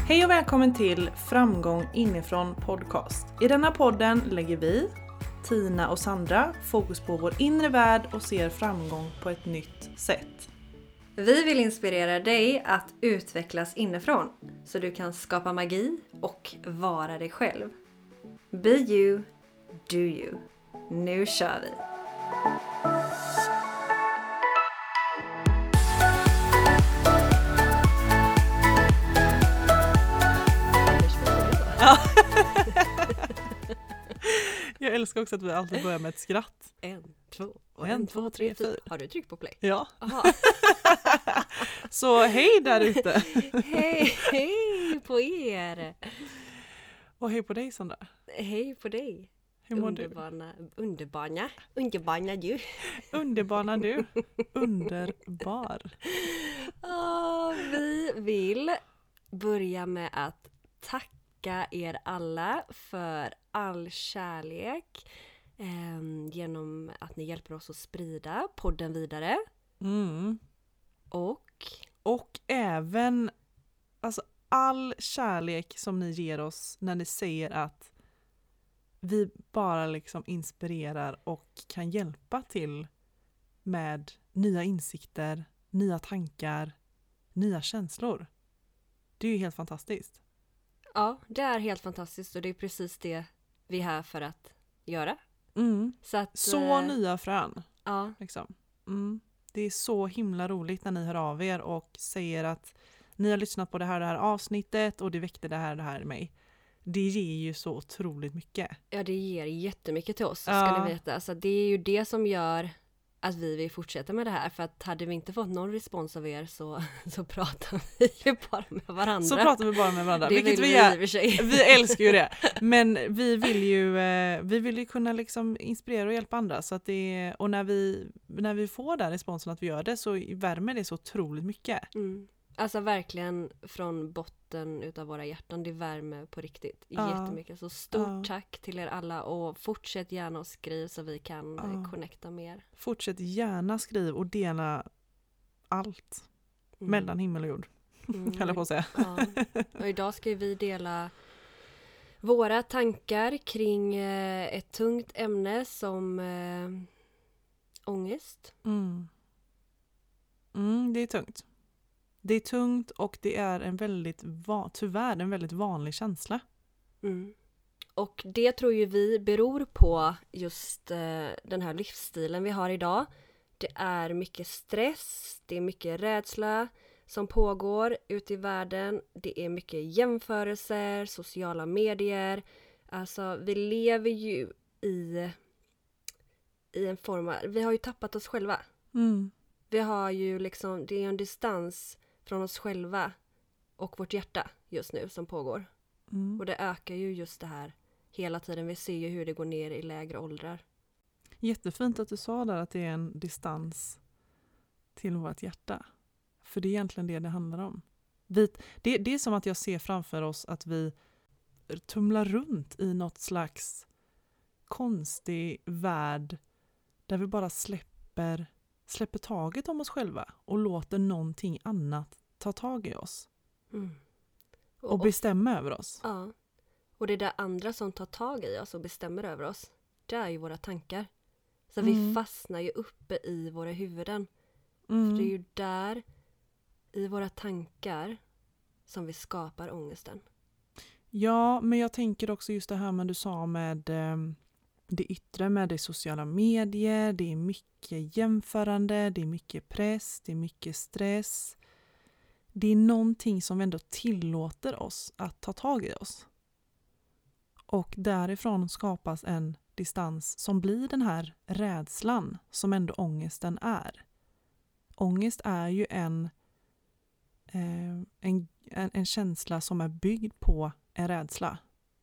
Hej och välkommen till Framgång inifrån podcast. I denna podden lägger vi, Tina och Sandra, fokus på vår inre värld och ser framgång på ett nytt sätt. Vi vill inspirera dig att utvecklas inifrån så du kan skapa magi och vara dig själv. Be you, do you. Nu kör vi! Jag älskar också att vi alltid börjar med ett skratt. 1, 2, 1, 2, 3, 4. Har du tryckt på play? Ja. Så hej där ute. Hej på er. Och hej på dig, Sandra. Hej på dig. Hur mår du? Underbarna du. Underbarna du. Underbar. Vi vill börja med att tacka er alla för all kärlek genom att ni hjälper oss att sprida podden vidare. Mm. Och även alltså, all kärlek som ni ger oss när ni säger att vi bara liksom inspirerar och kan hjälpa till med nya insikter, nya tankar, nya känslor. Det är ju helt fantastiskt. ja, det är helt fantastiskt och det är precis det vi är här för att göra. Mm. Så nya frön. Ja. Liksom. Mm. Det är så himla roligt när ni hör av er och säger att ni har lyssnat på det här avsnittet och det väckte det här i mig. Det ger ju så otroligt mycket. Ja, det ger jättemycket till oss, ska ni veta. Så det är ju det som gör att vi vill fortsätta med det här. För att hade vi inte fått någon respons av er så pratar vi ju bara med varandra. Så pratar vi bara med varandra. Det vilket vill vi gör. i och för sig. Vi älskar ju det. Men vi vill ju kunna liksom inspirera och hjälpa andra. Så att och när vi får den responsen att vi gör det så värmer det så otroligt mycket. Mm. Alltså verkligen från botten utav våra hjärtan. Det värmer på riktigt. Jättemycket. Så stort tack till er alla. Och fortsätt gärna och skriv så vi kan connecta mer. Fortsätt gärna skriv och dela allt. Mellan himmel och jord. Höll jag på att säga. Ja. Och idag ska vi dela våra tankar kring ett tungt ämne som ångest. Det är tungt. Det är tungt och det är tyvärr en väldigt vanlig känsla. Och det tror ju vi beror på just den här livsstilen vi har idag. Det är mycket stress, det är mycket rädsla som pågår ute i världen. Det är mycket jämförelser, sociala medier. Alltså vi lever ju i en form av, vi har ju tappat oss själva. Vi har ju liksom, det är en distans från oss själva och vårt hjärta just nu som pågår. Och det ökar ju just det här hela tiden. Vi ser ju hur det går ner i lägre åldrar. Jättefint att du sa där att det är en distans till vårt hjärta. För det är egentligen det handlar om. Det är som att jag ser framför oss att vi tumlar runt i något slags konstig värld där vi bara släpper taget om oss själva och låter någonting annat ta tag i oss. Och bestämma över oss. Ja. Och det där andra som tar tag i oss och bestämmer över oss, det är ju våra tankar. Så vi fastnar ju uppe i våra huvuden. För det är ju där, i våra tankar, som vi skapar ångesten. Ja, men jag tänker också just det här med du sa med det yttre, med det sociala medier. Det är mycket jämförande, det är mycket press, det är mycket stress. Det är någonting som ändå tillåter oss att ta tag i oss. Och därifrån skapas en distans som blir den här rädslan som ändå ångesten är. Ångest är ju en känsla som är byggd på en rädsla.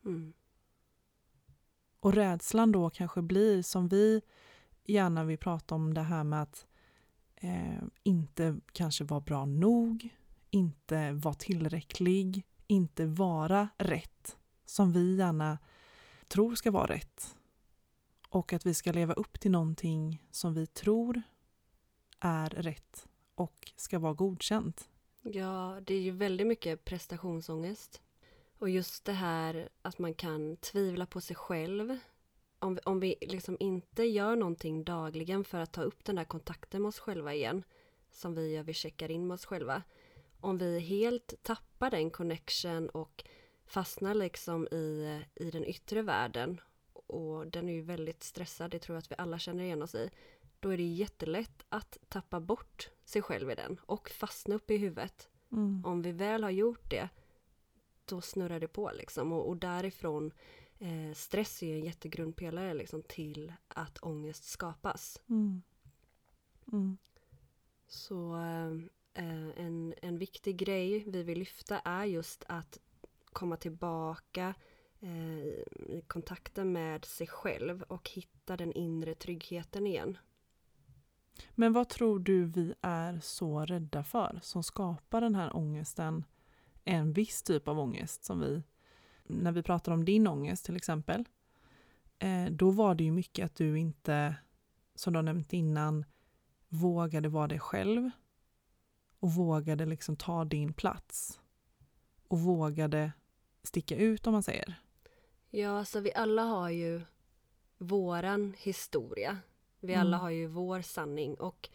Och rädslan då kanske blir som vi gärna vill prata om det här med att inte kanske vara bra nog, inte vara tillräcklig, inte vara rätt som vi gärna tror ska vara rätt. Och att vi ska leva upp till någonting som vi tror är rätt och ska vara godkänt. Ja, det är ju väldigt mycket prestationsångest. Och just det här att man kan tvivla på sig själv. Om vi liksom inte gör någonting dagligen för att ta upp den här kontakten med oss själva igen, som vi gör, vi checkar in med oss själva. Om vi helt tappar den connection och fastnar liksom i den yttre världen, och den är ju väldigt stressad, det tror jag att vi alla känner igen oss i, då är det jättelätt att tappa bort sig själv i den och fastna upp i huvudet. Om vi väl har gjort det, då snurrar det på liksom, och därifrån stress är ju en jättegrundpelare liksom, till att ångest skapas. Så en viktig grej vi vill lyfta är just att komma tillbaka i kontakten med sig själv och hitta den inre tryggheten igen. Men vad tror du vi är så rädda för som skapar den här ångesten? En viss typ av ångest som vi, när vi pratar om din ångest till exempel, då var det ju mycket att du inte, som du har nämnt innan, vågade vara dig själv och vågade liksom ta din plats och vågade sticka ut, om man säger. Ja, så vi alla har ju våran historia. Vi alla har ju vår sanning, och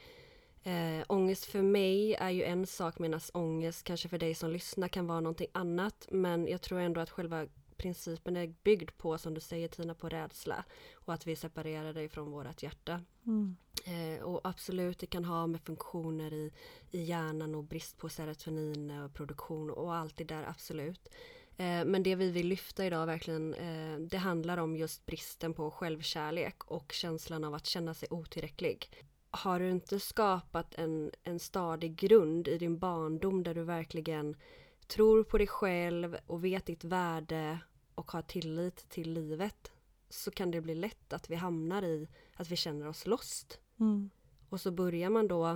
ångest för mig är ju en sak, medan ångest kanske för dig som lyssnar kan vara någonting annat. Men jag tror ändå att själva principen är byggd på, som du säger Tina, på rädsla, och att vi separerar dig från vårt hjärta. Och absolut, det kan ha med funktioner i hjärnan och brist på serotonin och produktion och allt det där, absolut. Men det vi vill lyfta idag verkligen, det handlar om just bristen på självkärlek och känslan av att känna sig otillräcklig. Har du inte skapat en stadig grund i din barndom där du verkligen tror på dig själv och vet ditt värde och har tillit till livet, så kan det bli lätt att vi hamnar i att vi känner oss lost. Och så börjar man då,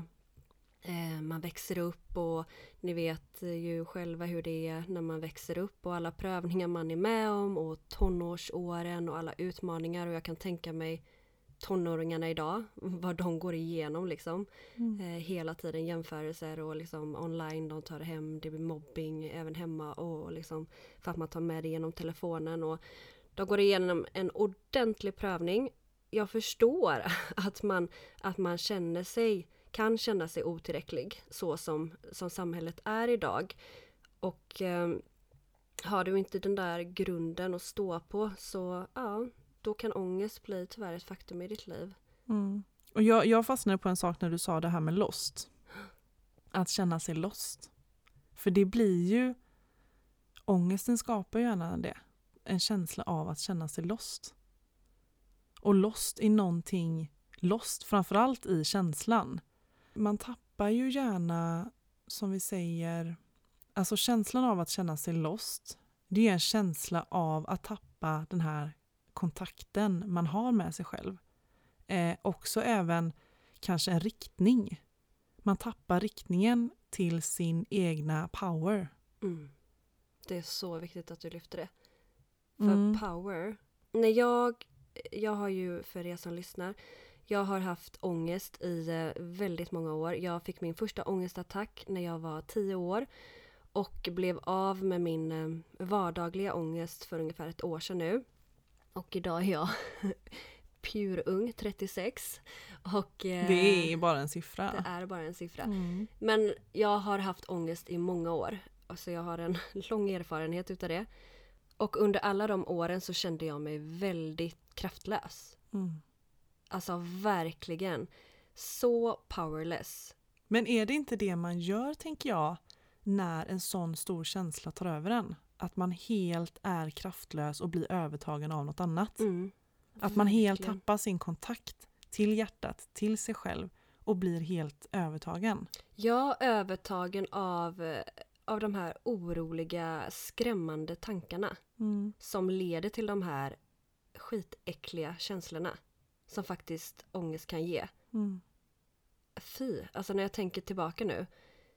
man växer upp, och ni vet ju själva hur det är när man växer upp och alla prövningar man är med om och tonårsåren och alla utmaningar, och jag kan tänka mig tonåringarna idag, vad de går igenom liksom. Hela tiden jämförelser och liksom online, de tar hem, det blir mobbing även hemma, och liksom för att man tar med det genom telefonen, och de går igenom en ordentlig prövning. Jag förstår att man kan känna sig otillräcklig, så som samhället är idag. Och har du inte den där grunden att stå på, så ja, då kan ångest bli tyvärr ett faktum i ditt liv. Och jag fastnade på en sak när du sa det här med lost. Att känna sig lost. För det blir ju, ångesten skapar ju gärna det. En känsla av att känna sig lost. Och lost i någonting, lost framförallt i känslan. Man tappar ju gärna, som vi säger, alltså känslan av att känna sig lost, det är en känsla av att tappa den här kontakten man har med sig själv. Också även kanske en riktning. Man tappar riktningen till sin egna power. Det är så viktigt att du lyfter det. För power, när jag har ju, för er som lyssnar, jag har haft ångest i väldigt många år. Jag fick min första ångestattack när jag var 10 år och blev av med min vardagliga ångest för ungefär ett år sedan nu. Och idag är jag purung, 36. Och, det är bara en siffra. Det är bara en siffra. Men jag har haft ångest i många år. Alltså jag har en lång erfarenhet utav det. Och under alla de åren så kände jag mig väldigt kraftlös. Alltså verkligen. Så powerless. Men är det inte det man gör, tänker jag, när en sån stor känsla tar över en? Att man helt är kraftlös och blir övertagen av något annat. Att man helt tappar sin kontakt till hjärtat, till sig själv, och blir helt övertagen. Ja, övertagen av de här oroliga, skrämmande tankarna som leder till de här skitäckliga känslorna som faktiskt ångest kan ge. Fy, alltså när jag tänker tillbaka nu.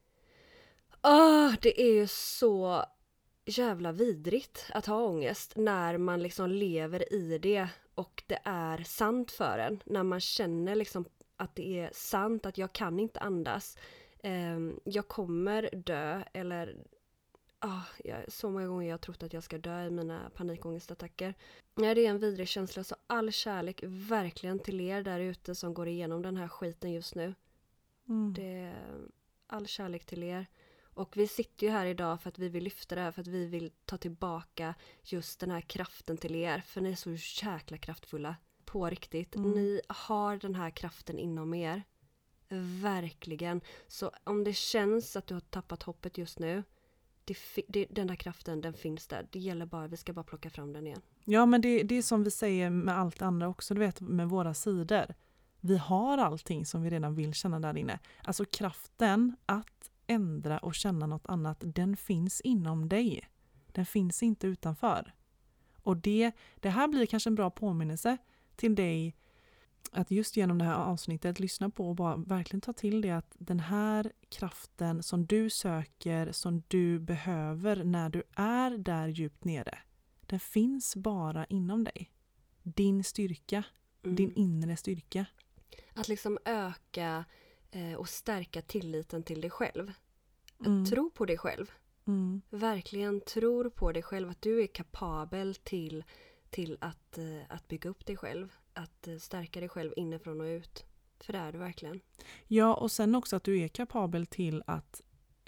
Det är ju så jävla vidrigt att ha ångest när man liksom lever i det och det är sant för en. När man känner liksom att det är sant, att jag kan inte andas. Jag kommer dö eller så många gånger jag har trott att jag ska dö i mina panikångestattacker. Nej, det är en vidrig känsla, så all kärlek verkligen till er där ute som går igenom den här skiten just nu. Det är all kärlek till er. Och vi sitter ju här idag för att vi vill lyfta det här, för att vi vill ta tillbaka just den här kraften till er. För ni är så jäkla kraftfulla. På riktigt. Ni har den här kraften inom er. Verkligen. Så om det känns att du har tappat hoppet just nu, den där kraften, den finns där. Det gäller bara, vi ska bara plocka fram den igen. Ja, men det är som vi säger med allt andra också, du vet, med våra sidor. Vi har allting som vi redan vill känna där inne. Alltså kraften att ändra och känna något annat, den finns inom dig. Den finns inte utanför. Och det här blir kanske en bra påminnelse till dig att just genom det här avsnittet lyssna på och bara verkligen ta till det, att den här kraften som du söker, som du behöver när du är där djupt nere, den finns bara inom dig. Din styrka, din inre styrka. Att liksom öka och stärka tilliten till dig själv. Att tro på dig själv. Verkligen tror på dig själv, att du är kapabel till att bygga upp dig själv. Att stärka dig själv inifrån och ut. För det är du verkligen. Ja, och sen också att du är kapabel till att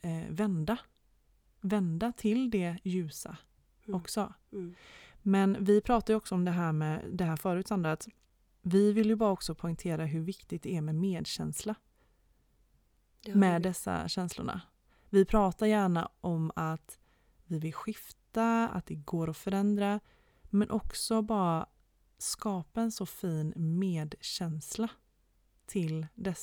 vända till det ljusa också. Men vi pratar ju också om det här förut, Sandra, att vi vill ju bara också poängtera hur viktigt det är med medkänsla. Med dessa känslorna. Vi pratar gärna om att vi vill skifta, att det går att förändra, men också bara skapa en så fin medkänsla till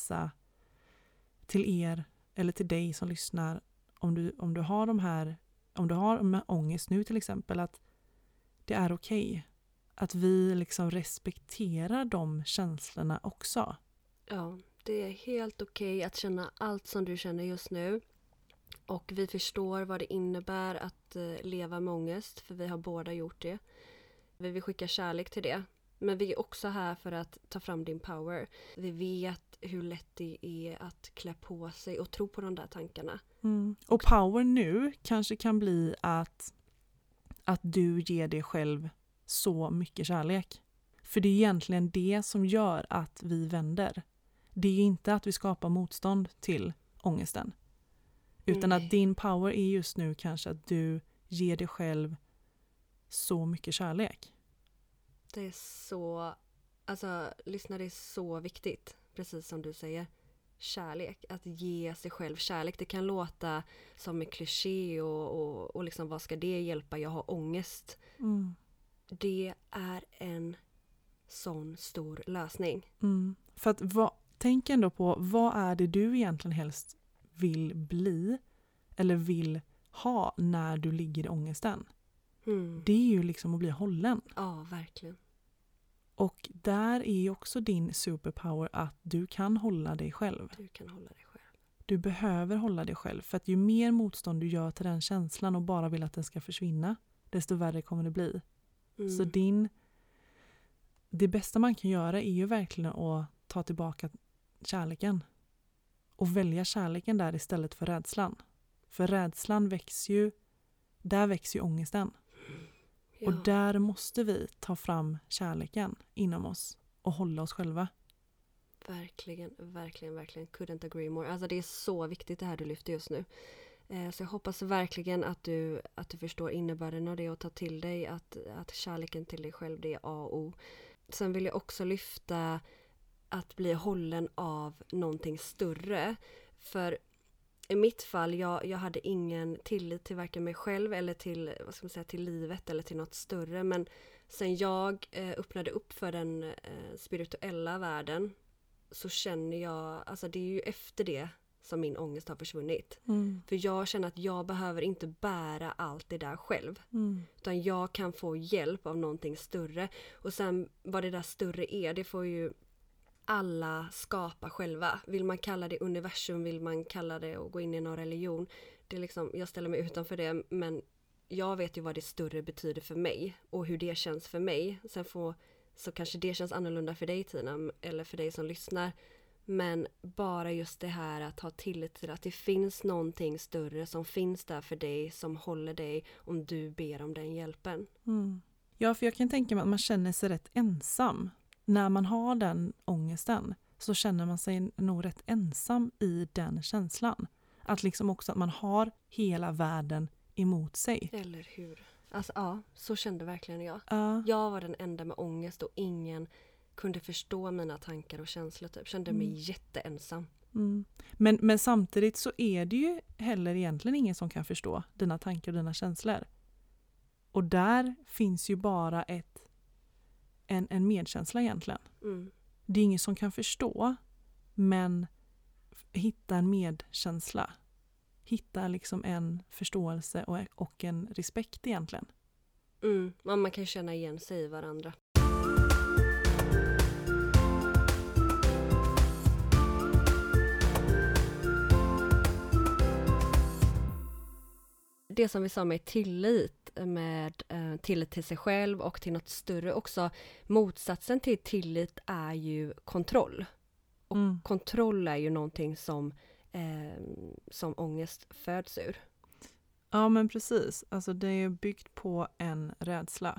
er eller till dig som lyssnar. Om du har ångest nu till exempel, att det är okej. Att vi liksom respekterar de känslorna också. Ja, det är helt okej att känna allt som du känner just nu. Och vi förstår vad det innebär att leva med ångest, för vi har båda gjort det. Vi vill skicka kärlek till det. Men vi är också här för att ta fram din power. Vi vet hur lätt det är att klä på sig och tro på de där tankarna. Och power nu kanske kan bli att du ger dig själv så mycket kärlek. För det är egentligen det som gör att vi vänder. Det är inte att vi skapar motstånd till ångesten. Utan att din power är just nu kanske att du ger dig själv så mycket kärlek. Det är så, alltså lyssna, det är så viktigt. Precis som du säger. Kärlek, att ge sig själv kärlek. Det kan låta som en kliché och liksom, vad ska det hjälpa? Jag har ångest. Det är en sån stor lösning. För att tänk ändå på, vad är det du egentligen helst vill bli eller vill ha när du ligger i ångesten? Det är ju liksom att bli hållen. Ja, verkligen. Och där är ju också din superpower att du kan hålla dig själv. Du kan hålla dig själv. Du behöver hålla dig själv. För att ju mer motstånd du gör till den känslan och bara vill att den ska försvinna, desto värre kommer det bli. Så det bästa man kan göra är ju verkligen att ta tillbaka kärleken. Och välja kärleken där istället för rädslan. För rädslan där växer ju ångesten. Ja. Och där måste vi ta fram kärleken inom oss och hålla oss själva. Verkligen, verkligen, verkligen. Couldn't agree more. Alltså det är så viktigt det här du lyfter just nu. Så jag hoppas verkligen att du förstår innebörden av det och tar till dig att kärleken till dig själv, det är A och O. Sen vill jag också lyfta att bli hållen av någonting större. För i mitt fall, jag hade ingen tillit till varken mig själv eller till, till livet eller till något större. Men sen jag öppnade upp för den spirituella världen, så känner jag, alltså det är ju efter det som min ångest har försvunnit. För jag känner att jag behöver inte bära allt det där själv. Utan jag kan få hjälp av någonting större. Och sen vad det där större är, det får ju alla skapa själva. Vill man kalla det universum, vill man kalla det och gå in i någon religion. Det är liksom, jag ställer mig utanför det, men jag vet ju vad det större betyder för mig och hur det känns för mig. Sen så kanske det känns annorlunda för dig, Tina, eller för dig som lyssnar. Men bara just det här att ha tillit till att det finns någonting större som finns där för dig, som håller dig om du ber om den hjälpen. Ja, för jag kan tänka mig att man känner sig rätt ensam. När man har den ångesten så känner man sig nog rätt ensam i den känslan. Att liksom också att man har hela världen emot sig. Eller hur? Alltså ja, så kände verkligen jag. Ja. Jag var den enda med ångest och ingen kunde förstå mina tankar och känslor. Typ. Kände mig jätteensam. Men samtidigt så är det ju heller egentligen ingen som kan förstå dina tankar och dina känslor. Och där finns ju bara en medkänsla egentligen. Det är ingen som kan förstå, men hitta en medkänsla. Hitta liksom en förståelse och en respekt egentligen. Man kan känna igen sig i varandra. Det som vi sa med tillit till sig själv och till något större också. Motsatsen till tillit är ju kontroll. Och kontroll är ju någonting som ångest föds ur. Ja, men precis. Alltså det är byggt på en rädsla.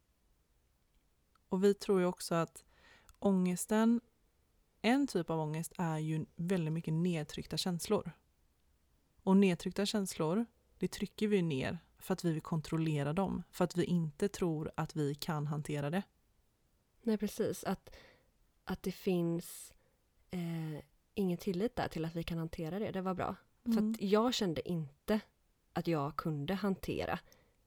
Och vi tror ju också att ångesten, en typ av ångest är ju väldigt mycket nedtryckta känslor. Och nedtryckta känslor, det trycker vi ner för att vi vill kontrollera dem. För att vi inte tror att vi kan hantera det. Nej, precis. Att det finns ingen tillit där till att vi kan hantera det. Det var bra. För att jag kände inte att jag kunde hantera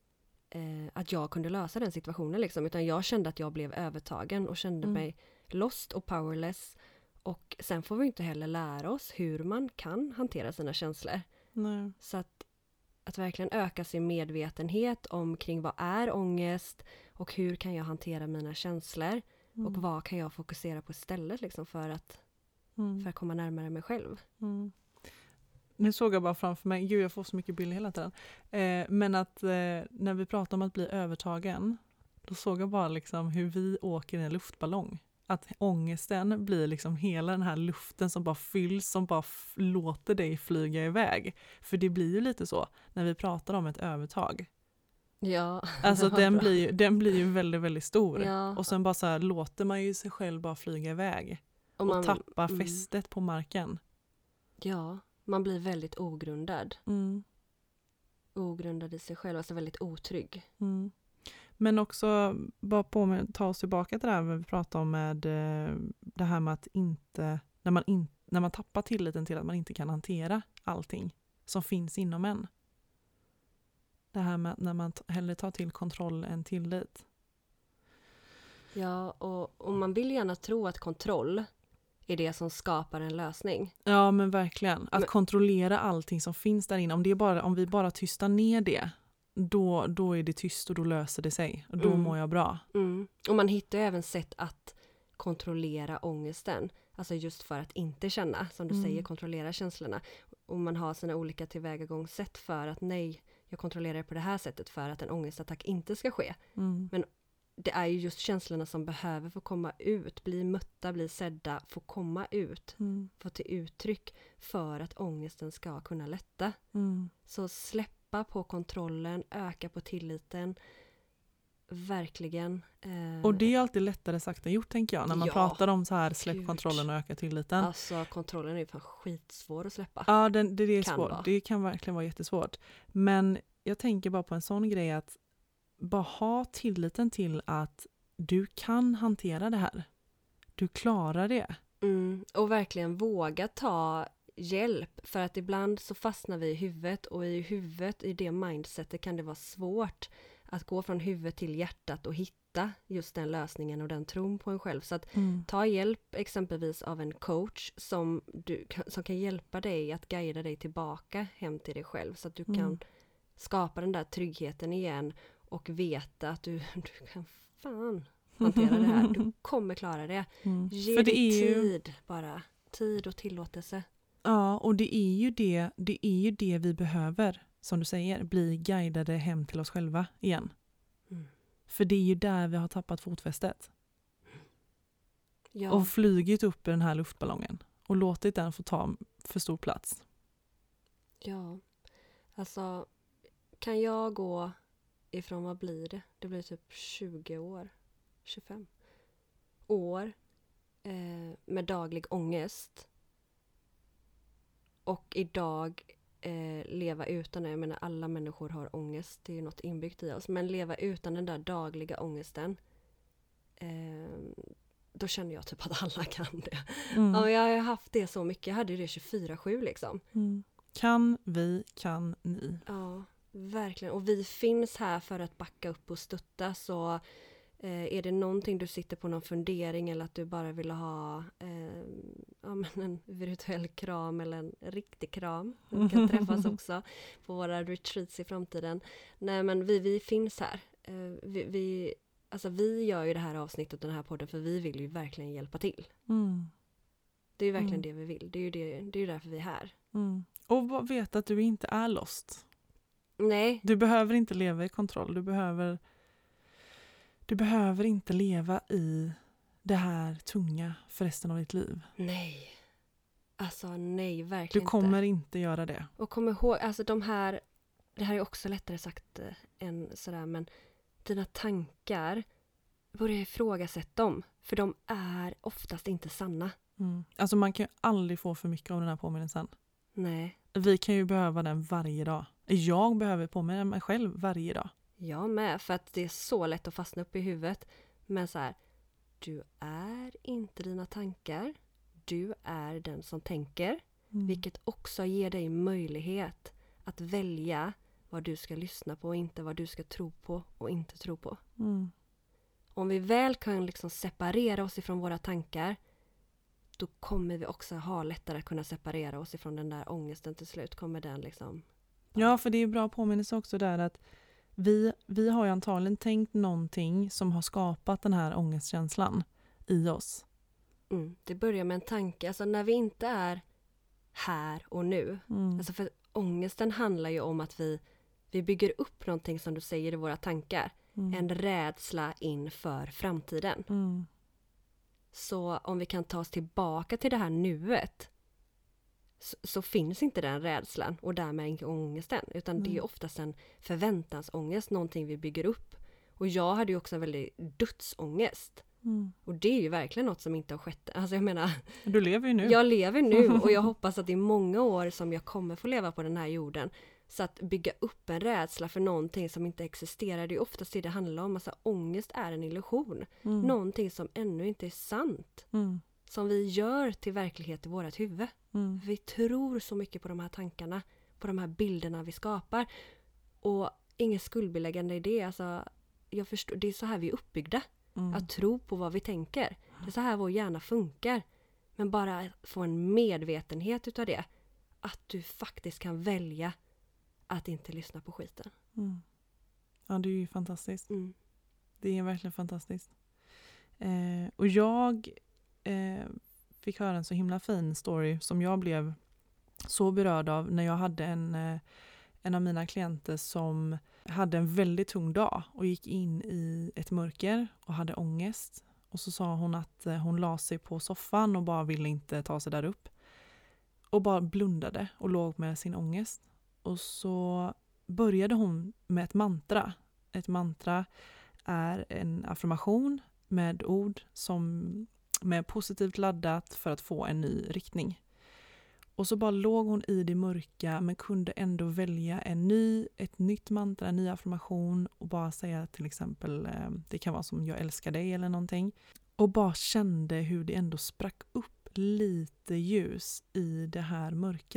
att jag kunde lösa den situationen liksom. Utan jag kände att jag blev övertagen och kände mig lost och powerless. Och sen får vi inte heller lära oss hur man kan hantera sina känslor. Nej. Så att verkligen öka sin medvetenhet omkring vad är ångest och hur kan jag hantera mina känslor och vad kan jag fokusera på istället liksom för att komma närmare mig själv. Nu såg jag bara framför mig, gud jag får så mycket bilder hela tiden. Men att när vi pratar om att bli övertagen, då såg jag bara liksom hur vi åker i en luftballong. Att ångesten blir liksom hela den här luften som bara fylls, som bara låter dig flyga iväg. För det blir ju lite så när vi pratar om ett övertag. Ja. Alltså den blir ju väldigt, väldigt stor. Ja. Och sen bara så här låter man ju sig själv bara flyga iväg. Och tappa fästet på marken. Ja, man blir väldigt ogrundad. Ogrundad i sig själv, alltså väldigt otrygg. Men också bara ta oss tillbaka till det här vi pratade om med det här med att inte, när man tappar tilliten till att man inte kan hantera allting som finns inom en. Det här med när man hellre tar till kontroll än tillit. Ja, och man vill gärna tro att kontroll är det som skapar en lösning. Ja, men verkligen. Att kontrollera allting som finns där inne. Om vi bara tystar ner det, då är det tyst och då löser det sig. Och då mår jag bra. Och man hittar ju även sätt att kontrollera ångesten. Alltså just för att inte känna, som du säger, kontrollera känslorna. Och man har sina olika tillvägagångssätt för att nej, jag kontrollerar det på det här sättet för att en ångestattack inte ska ske. Men det är ju just känslorna som behöver få komma ut, bli mötta, bli sedda, få komma ut, få till uttryck för att ångesten ska kunna lätta. Så släppa på kontrollen, öka på tilliten, verkligen. Och det är alltid lättare sagt än gjort, tänker jag, när man pratar om så här släpp kontrollen och öka tilliten. Alltså kontrollen är ju fan skitsvår att släppa. Ja, det är svårt. Det kan verkligen vara jättesvårt. Men jag tänker bara på en sån grej att bara ha tilliten till att du kan hantera det här. Du klarar det. Och verkligen våga ta hjälp. För att ibland så fastnar vi i huvudet. Och i huvudet, i det mindsetet, kan det vara svårt att gå från huvudet till hjärtat och hitta just den lösningen och den tron på en själv. Så att ta hjälp exempelvis av en coach som kan hjälpa dig att guida dig tillbaka hem till dig själv. Så att du kan skapa den där tryggheten igen. Och veta att du kan fan hantera det här. Du kommer klara det. Ge För dig tid bara. Tid och tillåtelse. Ja, och det är ju det vi behöver, som du säger. Bli guidade hem till oss själva igen. För det är ju där vi har tappat fotfästet. Ja. Och flugit upp i den här luftballongen. och låtit den få ta för stor plats. Ja, alltså kan jag gå ifrån, vad blir det? Det blir typ 20 år, 25 år med daglig ångest. Och idag leva utan det. Jag menar, alla människor har ångest. Det är ju något inbyggt i oss. Men leva utan den där dagliga ångesten. Då känner jag typ att alla kan det. Ja, jag har haft det så mycket. Jag hade det 24/7 liksom. Kan vi, kan ni. Ja, verkligen. Och vi finns här för att backa upp och stötta. Så är det någonting du sitter på, någon fundering, eller att du bara vill ha en virtuell kram eller en riktig kram. Vi kan träffas också på våra retreats i framtiden. Nej, men vi finns här. Vi gör ju det här avsnittet och den här podden för vi vill ju verkligen hjälpa till. Det är ju verkligen det vi vill. Det är ju därför vi är här. Och veta att du inte är lost. Nej. Du behöver inte leva i kontroll. Du behöver inte leva i det här tunga för resten av ditt liv. Nej. Alltså nej, verkligen Du kommer inte göra det. Och kom ihåg, alltså det här är också lättare sagt än sådär, men dina tankar, börja ifrågasätta dem. För de är oftast inte sanna. Alltså man kan ju aldrig få för mycket av den här påminnelsen. Nej. Vi kan ju behöva den varje dag. Jag behöver påminna mig själv varje dag. Jag med, för att det är så lätt att fastna upp i huvudet. Men så här, du är inte dina tankar. Du är den som tänker. Vilket också ger dig möjlighet att välja vad du ska lyssna på och inte, vad du ska tro på och inte tro på. Om vi väl kan liksom separera oss ifrån våra tankar, då kommer vi också ha lättare att kunna separera oss ifrån den där ångesten till slut. Kommer den liksom... Ja, för det är bra påminnelse också där att vi har ju antagligen tänkt någonting som har skapat den här ångestkänslan i oss. Det börjar med en tanke. Alltså när vi inte är här och nu. Alltså för ångesten handlar ju om att vi bygger upp någonting, som du säger, i våra tankar. En rädsla inför framtiden. Så om vi kan ta oss tillbaka till det här nuet, så finns inte den rädslan och därmed inte ångesten. Utan det är oftast en förväntansångest, någonting vi bygger upp. Och jag hade ju också en väldigt dödsångest. Och det är ju verkligen något som inte har skett. Alltså jag menar... Du lever ju nu. Jag lever nu och jag hoppas att det är många år som jag kommer få leva på den här jorden. Så att bygga upp en rädsla för någonting som inte existerar, det är oftast det handlar om. Alltså ångest är en illusion. Någonting som ännu inte är sant. Som vi gör till verklighet i vårt huvud. Vi tror så mycket på de här tankarna, på de här bilderna vi skapar. Och inget skuldbeläggande i det. Alltså, jag förstår, det är så här vi är uppbyggda. Att tro på vad vi tänker. Det är så här vår hjärna funkar. Men bara få en medvetenhet utav det. Att du faktiskt kan välja att inte lyssna på skiten. Ja, det är ju fantastiskt. Det är verkligen fantastiskt. Och jag fick höra en så himla fin story som jag blev så berörd av när jag hade en av mina klienter som hade en väldigt tung dag och gick in i ett mörker och hade ångest. Och så sa hon att hon la sig på soffan och bara ville inte ta sig där upp. Och bara blundade och låg med sin ångest. Och så började hon med ett mantra. Ett mantra är en affirmation med ord som är positivt laddat för att få en ny riktning. Och så bara låg hon i det mörka men kunde ändå välja ett nytt mantra, en ny affirmation och bara säga till exempel, det kan vara som jag älskar dig eller någonting. Och bara kände hur det ändå sprack upp lite ljus i det här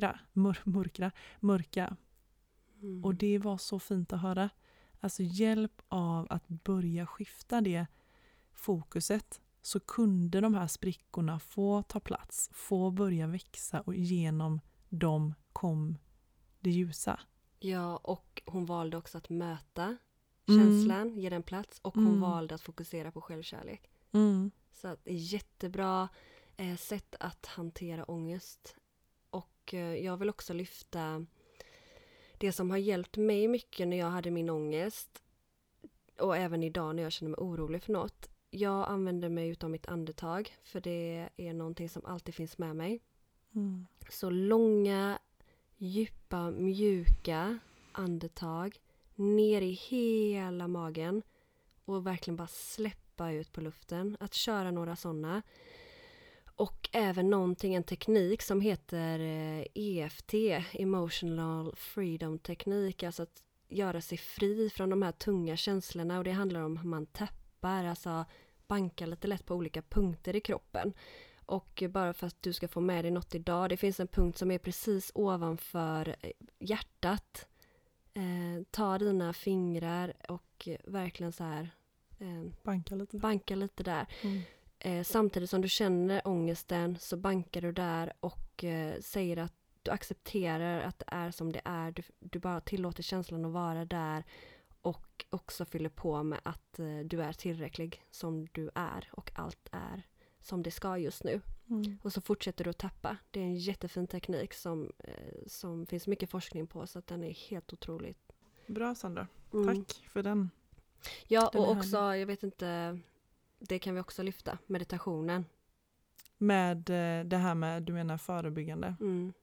mörka. Och det var så fint att höra. Alltså hjälp av att börja skifta det fokuset, så kunde de här sprickorna få ta plats, få börja växa och genom dem kom det ljusa. Ja, och hon valde också att möta känslan, ge den plats, och hon valde att fokusera på självkärlek. Så att det är jättebra sätt att hantera ångest. Och jag vill också lyfta det som har hjälpt mig mycket när jag hade min ångest, och även idag när jag känner mig orolig för något. Jag använder mig utav mitt andetag, för det är någonting som alltid finns med mig. Så långa, djupa, mjuka andetag ner i hela magen och verkligen bara släppa ut på luften. Att köra några sådana. Och även en teknik som heter EFT, Emotional Freedom Teknik. Alltså att göra sig fri från de här tunga känslorna. Och det handlar om hur man tappar, alltså bankar lite lätt på olika punkter i kroppen. Och bara för att du ska få med dig något idag. Det finns en punkt som är precis ovanför hjärtat. Ta dina fingrar och verkligen så här banka lite där. Samtidigt som du känner ångesten så bankar du där och säger att du accepterar att det är som det är. Du bara tillåter känslan att vara där och också fyller på med att du är tillräcklig som du är och allt är som det ska just nu. Och så fortsätter du att tappa. Det är en jättefin teknik som finns mycket forskning på, så att den är helt otroligt. Bra, Sandra. Tack för den. Ja, och också, jag vet inte, det kan vi också lyfta, meditationen. Med det här med, du menar förebyggande.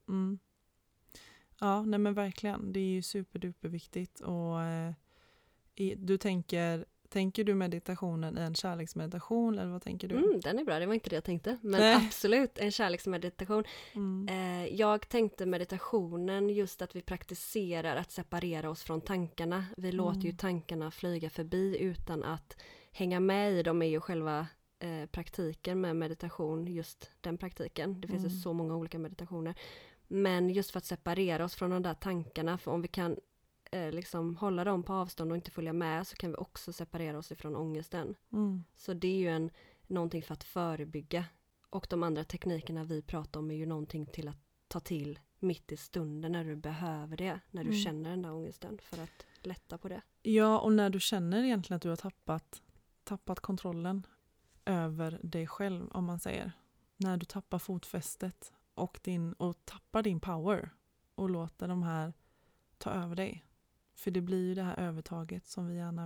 Ja, nej men verkligen. Det är ju superduper viktigt. Och du tänker du meditationen i en kärleksmeditation, eller vad tänker du? Den är bra, det var inte det jag tänkte. Men absolut, en kärleksmeditation. Jag tänkte meditationen just att vi praktiserar att separera oss från tankarna. Vi låter ju tankarna flyga förbi utan att hänga med i dem, är ju själva praktiken med meditation, just den praktiken. Det finns ju så många olika meditationer. Men just för att separera oss från de där tankarna, för om vi kan liksom hålla dem på avstånd och inte följa med, så kan vi också separera oss ifrån ångesten. Så det är ju någonting för att förebygga. Och de andra teknikerna vi pratar om är ju någonting till att ta till mitt i stunden när du behöver det. När du känner den där ångesten, för att lätta på det. Ja, och när du känner egentligen att du har tappat kontrollen över dig själv, om man säger. När du tappar fotfästet och tappar din power och låter de här ta över dig. För det blir ju det här övertaget som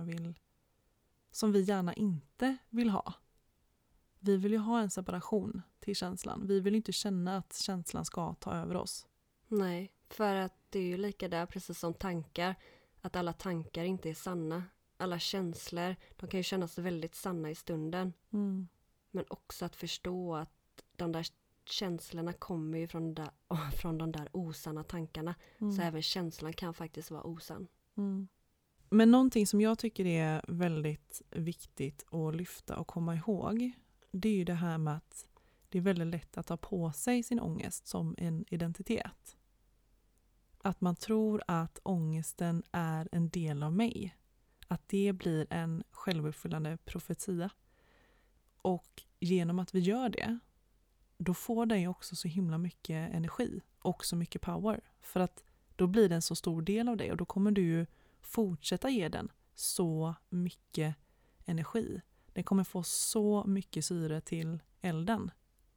vi gärna inte vill ha. Vi vill ju ha en separation till känslan. Vi vill inte känna att känslan ska ta över oss. Nej, för att det är ju lika där, precis som tankar, att alla tankar inte är sanna. Alla känslor, de kan ju kännas väldigt sanna i stunden. Men också att förstå att de där känslorna kommer ju från de där osanna tankarna. Så även känslan kan faktiskt vara osann. Men någonting som jag tycker är väldigt viktigt att lyfta och komma ihåg, det är ju det här med att det är väldigt lätt att ta på sig sin ångest som en identitet. Att man tror att ångesten är en del av mig. Att det blir en självuppfyllande profetia. Och genom att vi gör det, då får den ju också så himla mycket energi och så mycket power. För att då blir det en så stor del av dig, och då kommer du ju fortsätta ge den så mycket energi. Den kommer få så mycket syre till elden.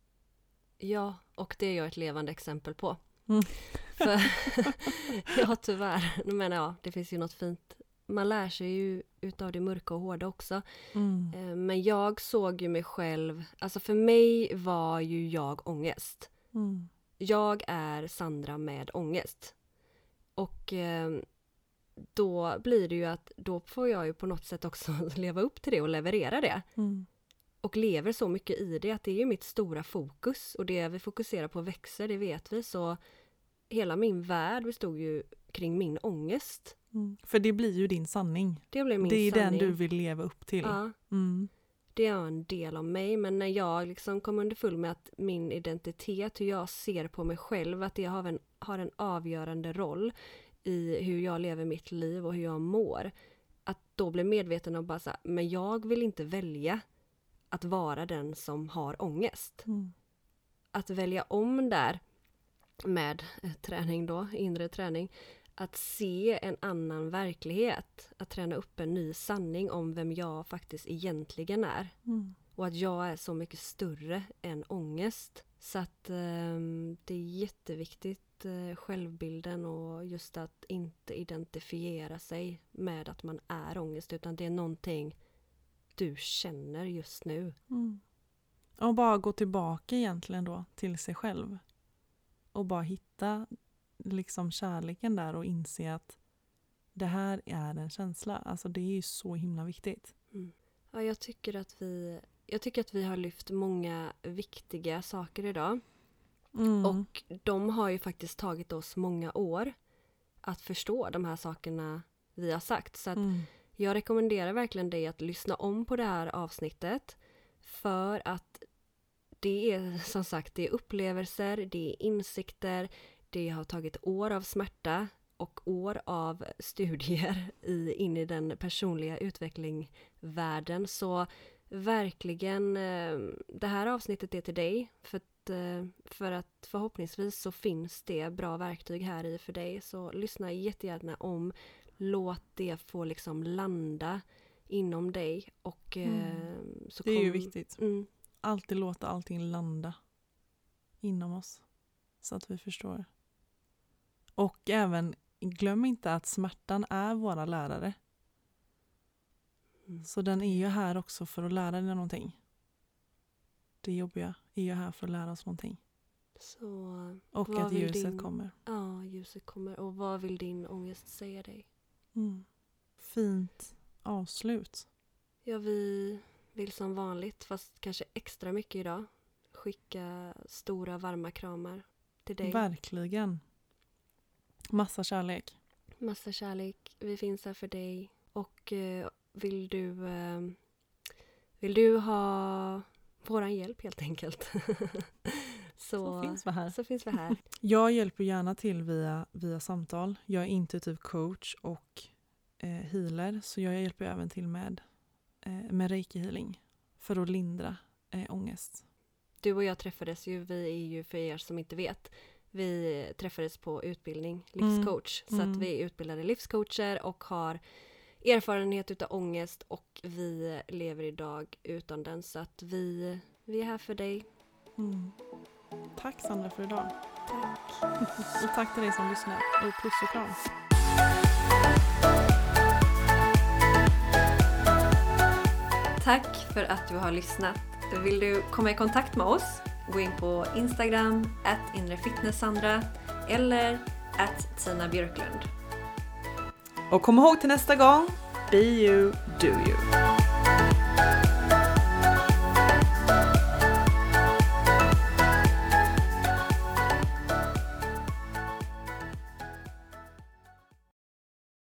Ja, och det är jag ett levande exempel på. För, ja, tyvärr. Men det finns ju något fint. Man lär sig ju utav det mörka och hårda också. Men jag såg ju mig själv, alltså för mig var ju jag ångest. Jag är Sandra med ångest. Och då blir det ju att då får jag ju på något sätt också leva upp till det och leverera det. Och lever så mycket i det att det är ju mitt stora fokus. Och det vi fokuserar på växer, det vet vi. Så hela min värld bestod ju kring min ångest. För det blir ju din sanning. Det blir min sanning. sanning. Den du vill leva upp till. Ja. Det är en del av mig. Men när jag liksom kom underfull med att min identitet, hur jag ser på mig själv, att det har en avgörande roll i hur jag lever mitt liv och hur jag mår. Att då bli medveten om bara så här, men jag vill inte välja att vara den som har ångest. Att välja om där med träning då, inre träning, att se en annan verklighet, att träna upp en ny sanning om vem jag faktiskt egentligen är. Och att jag är så mycket större än ångest. Så att det är jätteviktigt, självbilden, och just att inte identifiera sig med att man är ångest, utan det är någonting du känner just nu. Och bara gå tillbaka egentligen då till sig själv. och bara hitta liksom kärleken där och inse att det här är en känsla. Alltså det är ju så himla viktigt. Ja, jag tycker att vi har lyft många viktiga saker idag. Och de har ju faktiskt tagit oss många år att förstå de här sakerna vi har sagt. Så att jag rekommenderar verkligen dig att lyssna om på det här avsnittet. För att det är som sagt, det är upplevelser, det är insikter, det har tagit år av smärta och år av studier in i den personliga utvecklingvärlden. Så verkligen, det här avsnittet är till dig. För att förhoppningsvis så finns det bra verktyg här i för dig. Så lyssna jättegärna om. Låt det få liksom landa inom dig. Och, så det är ju viktigt. Alltid låta allting landa inom oss. Så att vi förstår. Och även, glöm inte att smärtan är våra lärare. Så den är ju här också för att lära dig någonting. Det jobbiga är ju här för att lära oss någonting. Och att ljuset kommer. Ja, ljuset kommer. Och vad vill din ångest säga dig? Fint avslut. Ja, vi vill som vanligt, fast kanske extra mycket idag, skicka stora varma kramar till dig. Verkligen. Massa kärlek. Massa kärlek. Vi finns här för dig. Och vill du ha våran hjälp helt enkelt? så finns vi här. Jag hjälper gärna till via samtal. Jag är intuitiv coach och healer. Så jag hjälper även till med reiki healing. För att lindra ångest. Du och jag träffades ju, vi är ju för er som inte vet. Vi träffades på utbildning, livscoach. Så att vi är utbildade livscoacher och har erfarenhet utav ångest. Och vi lever idag utan den. Så att vi är här för dig. Tack Sandra för idag. Tack. Och tack till dig som lyssnar. Och puss och kram. Tack för att du har lyssnat. Vill du komma i kontakt med oss? Gå in på Instagram @inrefitnesssandra eller @Tina Björklund. Och kom ihåg till nästa gång. Be you, do you.